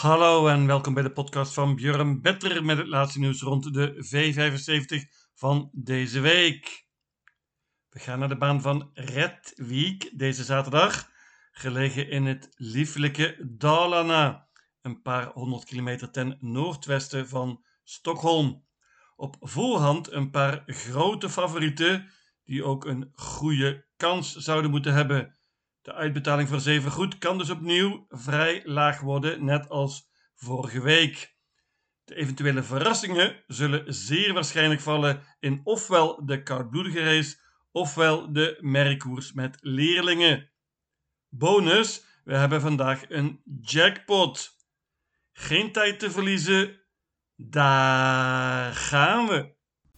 Hallo en welkom bij de podcast van Björn Better met het laatste nieuws rond de V75 van deze week. We gaan naar de baan van Rättvik deze zaterdag, gelegen in het lieflijke Dalarna, een paar 100 kilometer ten noordwesten van Stockholm. Op voorhand een paar grote favorieten die ook een goede kans zouden moeten hebben. De uitbetaling voor 7 goed kan dus opnieuw vrij laag worden, net als vorige week. De eventuele verrassingen zullen zeer waarschijnlijk vallen in ofwel de koudbloedige race, ofwel de merkkoers met leerlingen. Bonus, we hebben vandaag een jackpot. Geen tijd te verliezen, daar gaan we.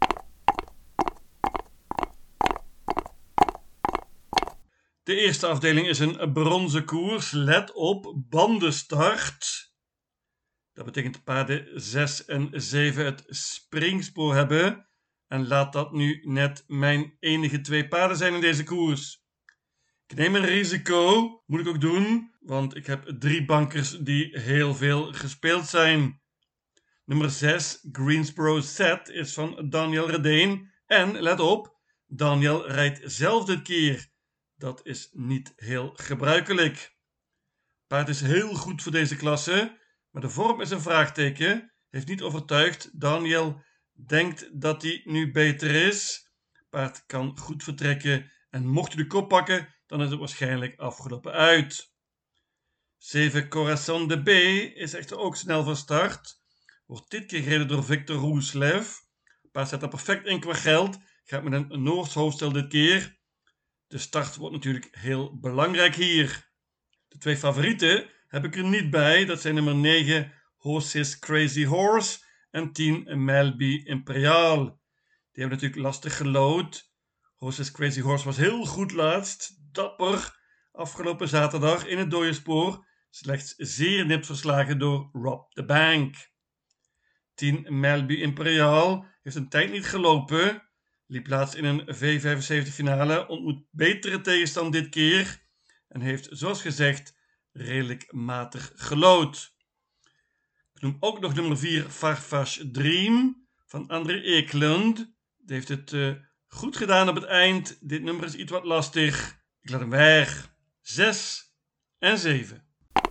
De eerste afdeling is een bronzen koers. Let op, bandenstart. Dat betekent dat paarden 6 en 7 het springspoor hebben. En laat dat nu net mijn enige 2 paarden zijn in deze koers. Ik neem een risico, moet ik ook doen, want ik heb 3 bankers die heel veel gespeeld zijn. Nummer 6, Greensboro Set, is van Daniel Redeen. En let op, Daniel rijdt zelf dit keer. Dat is niet heel gebruikelijk. Paard is heel goed voor deze klasse, maar de vorm is een vraagteken. Heeft niet overtuigd. Daniel denkt dat hij nu beter is. Paard kan goed vertrekken en mocht hij de kop pakken, dan is het waarschijnlijk afgelopen uit. 7 Corazon de B is echter ook snel van start. Wordt dit keer gereden door Victor Roeslev. Paard staat er perfect in qua geld. Gaat met een Noors hoofdstel dit keer. De start wordt natuurlijk heel belangrijk hier. De 2 favorieten heb ik er niet bij. Dat zijn nummer 9 Horses Crazy Horse en 10 Melby Imperial. Die hebben natuurlijk lastig gelood. Horses Crazy Horse was heel goed laatst. Dapper afgelopen zaterdag in het dode spoor. Slechts zeer nipt verslagen door Rob the Bank. 10 Melby Imperial heeft een tijd niet gelopen. Liep laatst in een V75 finale. Ontmoet betere tegenstand dit keer. En heeft, zoals gezegd, redelijk matig gelood. Ik noem ook nog nummer 4 Farfetch Dream van André Eklund. Die heeft het goed gedaan op het eind. Dit nummer is iets wat lastig. Ik laat hem weg. 6 en 7.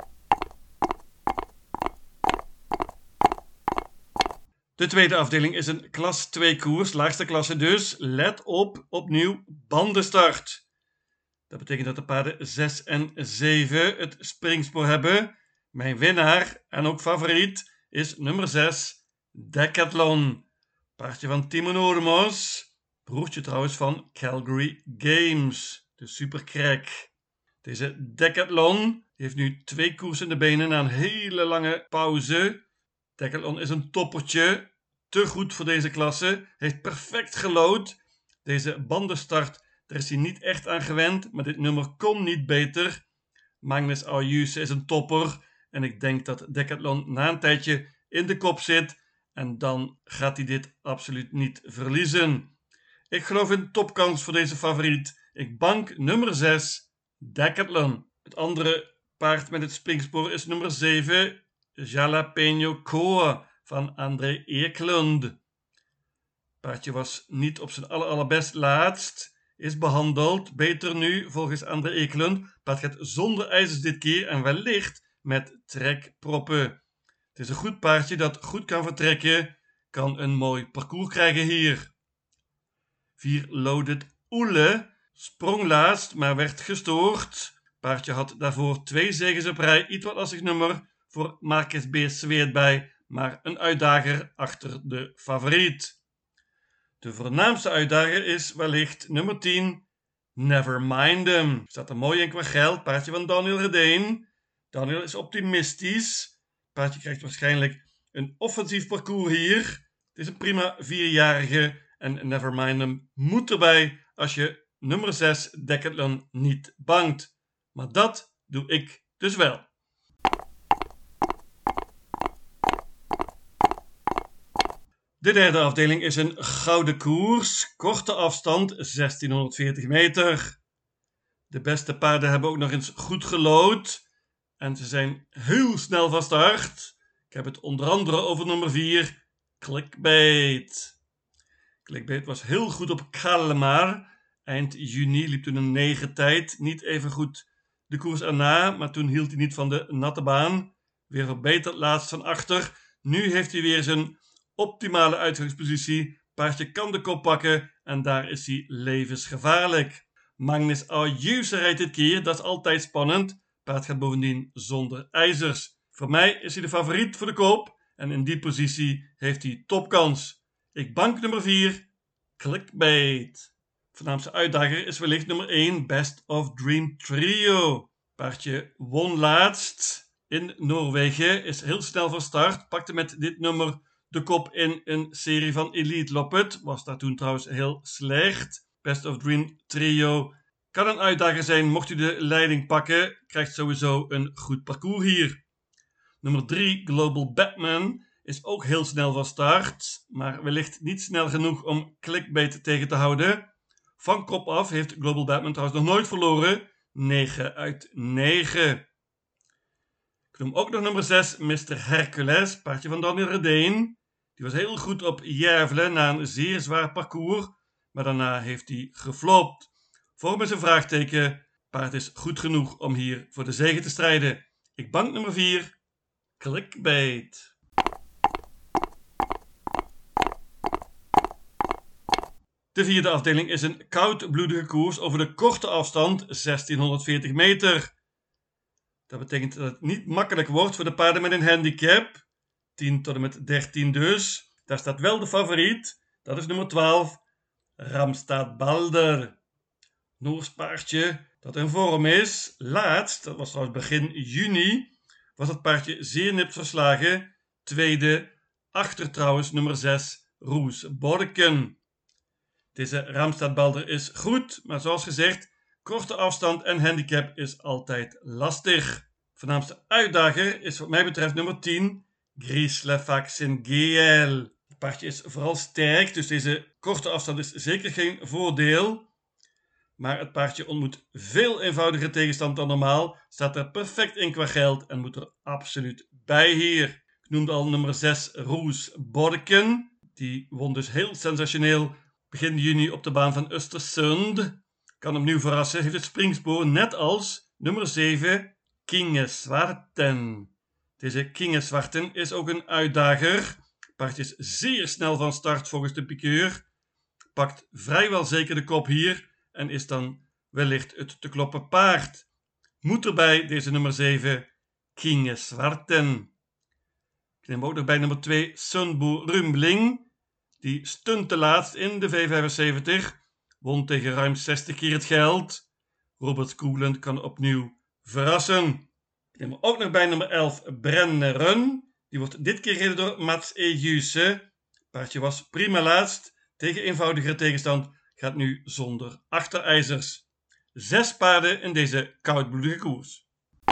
De tweede afdeling is een klas 2 koers, laagste klasse dus. Let op, opnieuw bandenstart. Dat betekent dat de paarden 6 en 7 het springspoor hebben. Mijn winnaar en ook favoriet is nummer 6, Decathlon. Paardje van Timo Noordermos. Broertje trouwens van Calgary Games, de supercrack. Deze Decathlon heeft nu 2 koersen in de benen na een hele lange pauze. Decathlon is een toppertje. Te goed voor deze klasse. Heeft perfect gelood. Deze bandenstart, daar is hij niet echt aan gewend. Maar dit nummer kon niet beter. Magnus Ayuse is een topper. En ik denk dat Decathlon na een tijdje in de kop zit. En dan gaat hij dit absoluut niet verliezen. Ik geloof in topkans voor deze favoriet. Ik bank nummer 6, Decathlon. Het andere paard met het springspoor is nummer 7, Jalapeno Core van André Eklund. Paardje was niet op zijn allerbest laatst. Is behandeld. Beter nu volgens André Eklund. Paard gaat zonder ijzers dit keer en wellicht met trekproppen. Het is een goed paardje dat goed kan vertrekken. Kan een mooi parcours krijgen hier. 4 Loaded Oele sprong laatst, maar werd gestoord. Paardje had daarvoor 2 zegens op rij. Iets wat lastig nummer voor Marcus B. Zweert bij, maar een uitdager achter de favoriet. De voornaamste uitdager is wellicht nummer 10, Nevermind Them. Staat er mooi in qua geld, paardje van Daniel Redeen. Daniel is optimistisch. Paardje krijgt waarschijnlijk een offensief parcours hier. Het is een prima 4-jarige en Nevermind Them moet erbij als je nummer 6 Decathlon niet bangt. Maar dat doe ik dus wel. De derde afdeling is een gouden koers, korte afstand 1640 meter. De beste paarden hebben ook nog eens goed gelood. En ze zijn heel snel van start. Ik heb het onder andere over nummer 4, Clickbait. Clickbait was heel goed op Kalmar. Eind juni liep toen een 9 tijd. Niet even goed de koers erna, maar toen hield hij niet van de natte baan. Weer verbeterd laatst van achter. Nu heeft hij weer zijn optimale uitgangspositie. Paardje kan de kop pakken en daar is hij levensgevaarlijk. Magnus Ayuse rijdt dit keer, dat is altijd spannend. Paard gaat bovendien zonder ijzers. Voor mij is hij de favoriet voor de koop en in die positie heeft hij topkans. Ik bank nummer 4, Clickbait. Voornaamste uitdager is wellicht nummer 1, Best of Dream Trio. Paardje won laatst in Noorwegen, is heel snel van start, pakte met dit nummer de kop in een serie van Elite Loppet. Was daar toen trouwens heel slecht. Best of Dream Trio kan een uitdager zijn, mocht u de leiding pakken. Krijgt sowieso een goed parcours hier. Nummer 3, Global Batman, is ook heel snel van start, maar wellicht niet snel genoeg om Clickbait tegen te houden. Van kop af heeft Global Batman trouwens nog nooit verloren. 9 uit 9. Ik noem ook nog nummer 6, Mr. Hercules, paardje van Daniel Redeen. Die was heel goed op Järvelen na een zeer zwaar parcours, maar daarna heeft hij geflopt. Voor me is een vraagteken. Paard is goed genoeg om hier voor de zege te strijden. Ik bank nummer 4, Clickbait. De vierde afdeling is een koudbloedige koers over de korte afstand 1640 meter. Dat betekent dat het niet makkelijk wordt voor de paarden met een handicap. 10 tot en met 13 dus. Daar staat wel de favoriet. Dat is nummer 12, Ramstad Balder. Noors paardje dat in vorm is. Laatst, dat was trouwens begin juni, was het paardje zeer nipt verslagen. Tweede, achter trouwens nummer 6, Roes Borken. Deze Ramstad Balder is goed, maar zoals gezegd, korte afstand en handicap is altijd lastig. Voornaamste uitdager is wat mij betreft nummer 10, Grislefaxen GL. Het paardje is vooral sterk, dus deze korte afstand is zeker geen voordeel. Maar het paardje ontmoet veel eenvoudiger tegenstand dan normaal, staat er perfect in qua geld en moet er absoluut bij hier. Ik noemde al nummer 6, Roes Borken. Die won dus heel sensationeel begin juni op de baan van Östersund. Kan opnieuw verrassen, heeft het springspoor net als nummer 7, Kingeswarten. Deze Kingeswarten is ook een uitdager. Het paardje is zeer snel van start volgens de piqueur. Pakt vrijwel zeker de kop hier en is dan wellicht het te kloppen paard. Moet erbij deze nummer 7, Kingeswarten. Ik neem ook nog bij nummer 2, Sunboer Rumbling. Die stunte laatst in de V75. Won tegen ruim 60 keer het geld. Robert Koeland kan opnieuw verrassen. Ik neem ook nog bij nummer 11, Brenneren. Die wordt dit keer gereden door Mats Ayuse. Paardje was prima laatst. Tegen eenvoudigere tegenstand. Gaat nu zonder achterijzers. 6 paarden in deze koudbloedige koers.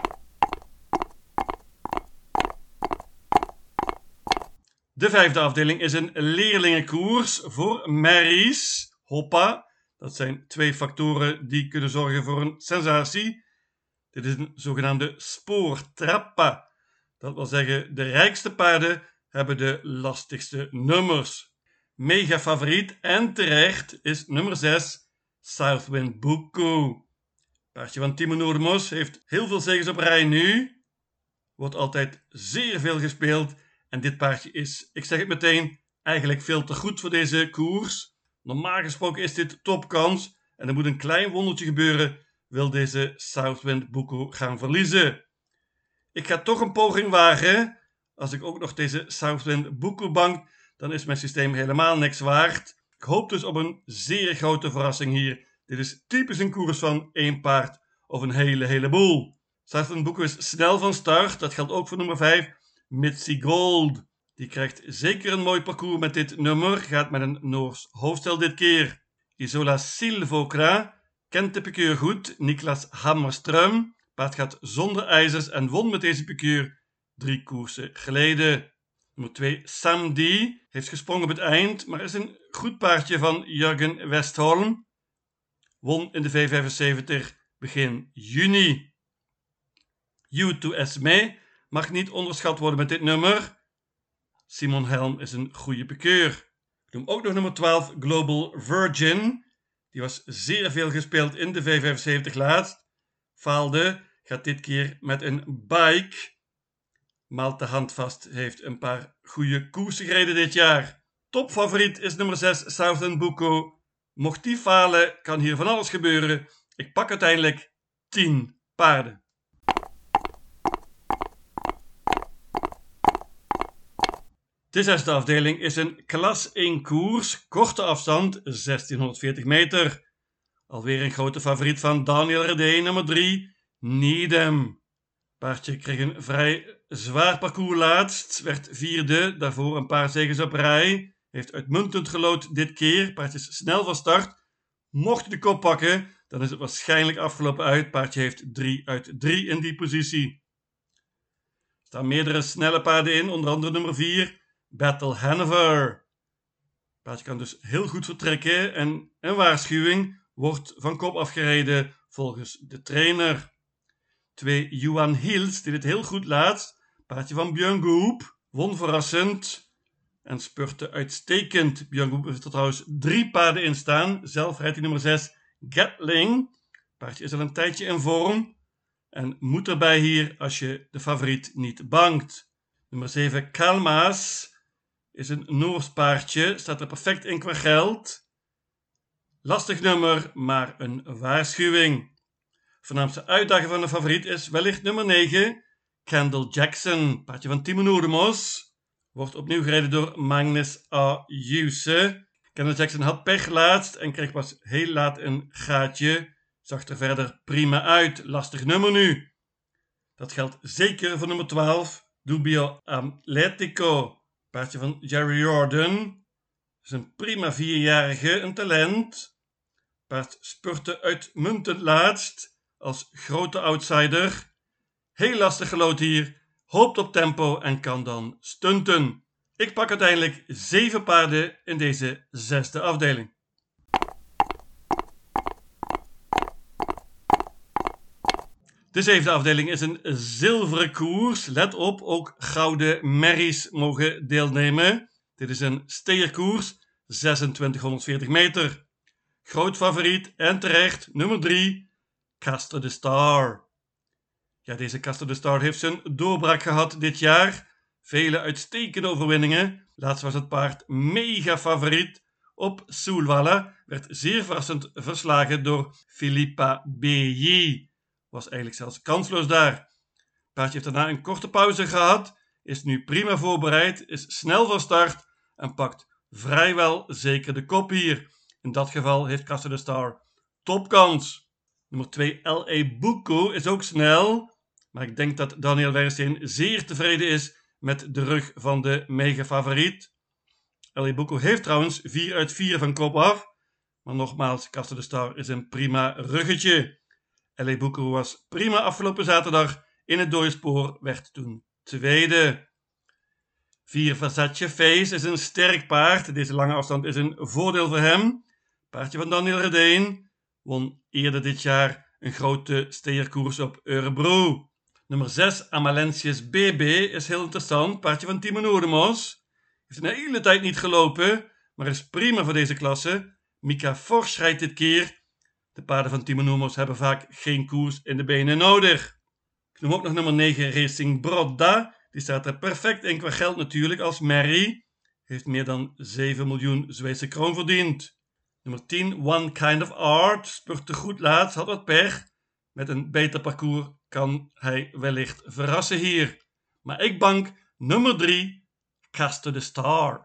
De vijfde afdeling is een leerlingenkoers voor merries. Hoppa. Dat zijn 2 factoren die kunnen zorgen voor een sensatie. Dit is een zogenaamde spoortrappa. Dat wil zeggen, de rijkste paarden hebben de lastigste nummers. Mega favoriet en terecht is nummer 6, Southwind Buku. Paardje van Timo Noordermos heeft heel veel zegens op rij nu. Wordt altijd zeer veel gespeeld. En dit paardje is, ik zeg het meteen, eigenlijk veel te goed voor deze koers. Normaal gesproken is dit topkans. En er moet een klein wondertje gebeuren, wil deze Southwind Buku gaan verliezen. Ik ga toch een poging wagen. Als ik ook nog deze Southwind Buku bank, dan is mijn systeem helemaal niks waard. Ik hoop dus op een zeer grote verrassing hier. Dit is typisch een koers van 1 paard of een heleboel. Southwind Buku is snel van start. Dat geldt ook voor nummer 5, Mitzi Gold. Die krijgt zeker een mooi parcours met dit nummer. Gaat met een Noors hoofdstel dit keer. Isola Silvokra kent de piqueur goed. Niklas Hammerström. Paard gaat zonder ijzers en won met deze piqueur 3 koersen geleden. Nummer 2, Samdi, heeft gesprongen op het eind, maar is een goed paardje van Jurgen Westholm. Won in de V75 begin juni. You to Esme mag niet onderschat worden met dit nummer. Simon Helm is een goede pikeur. Ik noem ook nog nummer 12, Global Virgin. Die was zeer veel gespeeld in de V75 laatst. Faalde, gaat dit keer met een bike. Malte Handvast heeft een paar goede koersen gereden dit jaar. Topfavoriet is nummer 6, Southern Bucco. Mocht die falen, kan hier van alles gebeuren. Ik pak uiteindelijk 10 paarden. De zesde afdeling is een klas 1 koers, korte afstand, 1640 meter. Alweer een grote favoriet van Daniel Redé, nummer 3, Needham. Paardje kreeg een vrij zwaar parcours laatst, werd vierde, daarvoor een paar zegens op rij. Heeft uitmuntend gelood dit keer, paardje is snel van start. Mocht hij de kop pakken, dan is het waarschijnlijk afgelopen uit. Paardje heeft 3 uit 3 in die positie. Er staan meerdere snelle paarden in, onder andere nummer 4, Battle Hanover. Paardje kan dus heel goed vertrekken en een waarschuwing wordt van kop afgereden volgens de trainer. 2 Yuan Hills deed het heel goed laatst. Paardje van Björn Goop won verrassend en spurte uitstekend. Björn Goop heeft er trouwens 3 paarden in staan. Zelf rijdt hij nummer 6 Gatling. Paardje is al een tijdje in vorm en moet erbij hier als je de favoriet niet bangt. Nummer 7 Kalmaas is een Noors paardje, staat er perfect in qua geld. Lastig nummer, maar een waarschuwing. Voornaamste uitdager van de favoriet is wellicht nummer 9, Kendall Jackson, paardje van Timo Noordemos. Wordt opnieuw gereden door Magnus A. Juse. Kendall Jackson had pech laatst en kreeg pas heel laat een gaatje. Zag er verder prima uit. Lastig nummer nu. Dat geldt zeker voor nummer 12, Dubio Atletico. Paardje van Jerry Jordan. Dat is een prima 4-jarige, een talent. Paard spurte uitmuntend laatst als grote outsider. Heel lastig gelood hier, hoopt op tempo en kan dan stunten. Ik pak uiteindelijk 7 paarden in deze zesde afdeling. De zevende afdeling is een zilveren koers. Let op, ook gouden merries mogen deelnemen. Dit is een steerkoers, 2640 meter. Groot favoriet en terecht, nummer 3, Castor de Star. Ja, deze Castor de Star heeft zijn doorbraak gehad dit jaar. Vele uitstekende overwinningen. Laatst was het paard mega favoriet op Soelwalla. Werd zeer verrassend verslagen door Philippa B.J. Was eigenlijk zelfs kansloos daar. Paardje heeft daarna een korte pauze gehad. Is nu prima voorbereid. Is snel van start. En pakt vrijwel zeker de kop hier. In dat geval heeft Castor de Star topkans. Nummer 2 L.A. Bucco is ook snel. Maar ik denk dat Daniel Wersteen zeer tevreden is met de rug van de mega favoriet. L.A. Bucco heeft trouwens 4 uit 4 van kop af. Maar nogmaals, Castor de Star is een prima ruggetje. L.A. Bucco was prima afgelopen zaterdag in het dode spoor, werd toen tweede. 4 Versace Face is een sterk paard. Deze lange afstand is een voordeel voor hem. Paardje van Daniel Redeen won eerder dit jaar een grote steerkoers op Örebro. Nummer 6 Amalentius BB is heel interessant. Paardje van Timo Noordemos. Heeft een hele tijd niet gelopen, maar is prima voor deze klasse. Mika Fors rijdt dit keer. De paarden van Timo Noordemos hebben vaak geen koers in de benen nodig. Ik noem ook nog nummer 9 Racing Brodda. Die staat er perfect in qua geld natuurlijk als Mary. Heeft meer dan 7 miljoen Zweedse kroon verdiend. Nummer 10 One Kind of Art. Spurte goed laatst, had wat pech. Met een beter parcours kan hij wellicht verrassen hier. Maar ik bank nummer 3 Castor de Star.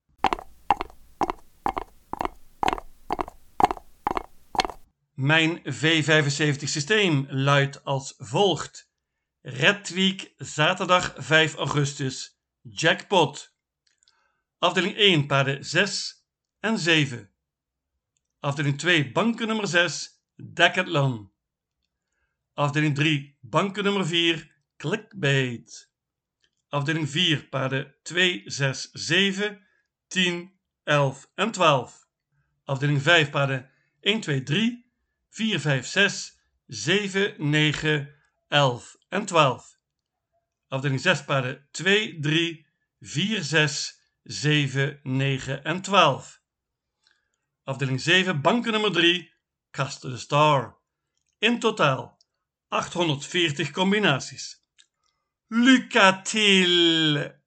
Mijn V75 systeem luidt als volgt. Red Week, zaterdag 5 augustus. Jackpot. Afdeling 1, paarden 6 en 7. Afdeling 2, banken nummer 6, Decathlon. Afdeling 3, banken nummer 4, Clickbait. Afdeling 4, paarden 2, 6, 7, 10, 11 en 12. Afdeling 5, paarden 1, 2, 3, 4, 5, 6, 7, 9, 11 en 12. Afdeling 6 paarden 2, 3, 4, 6, 7, 9 en 12. Afdeling 7 banken nummer 3, Cast the Star. In totaal 840 combinaties. Lucatil!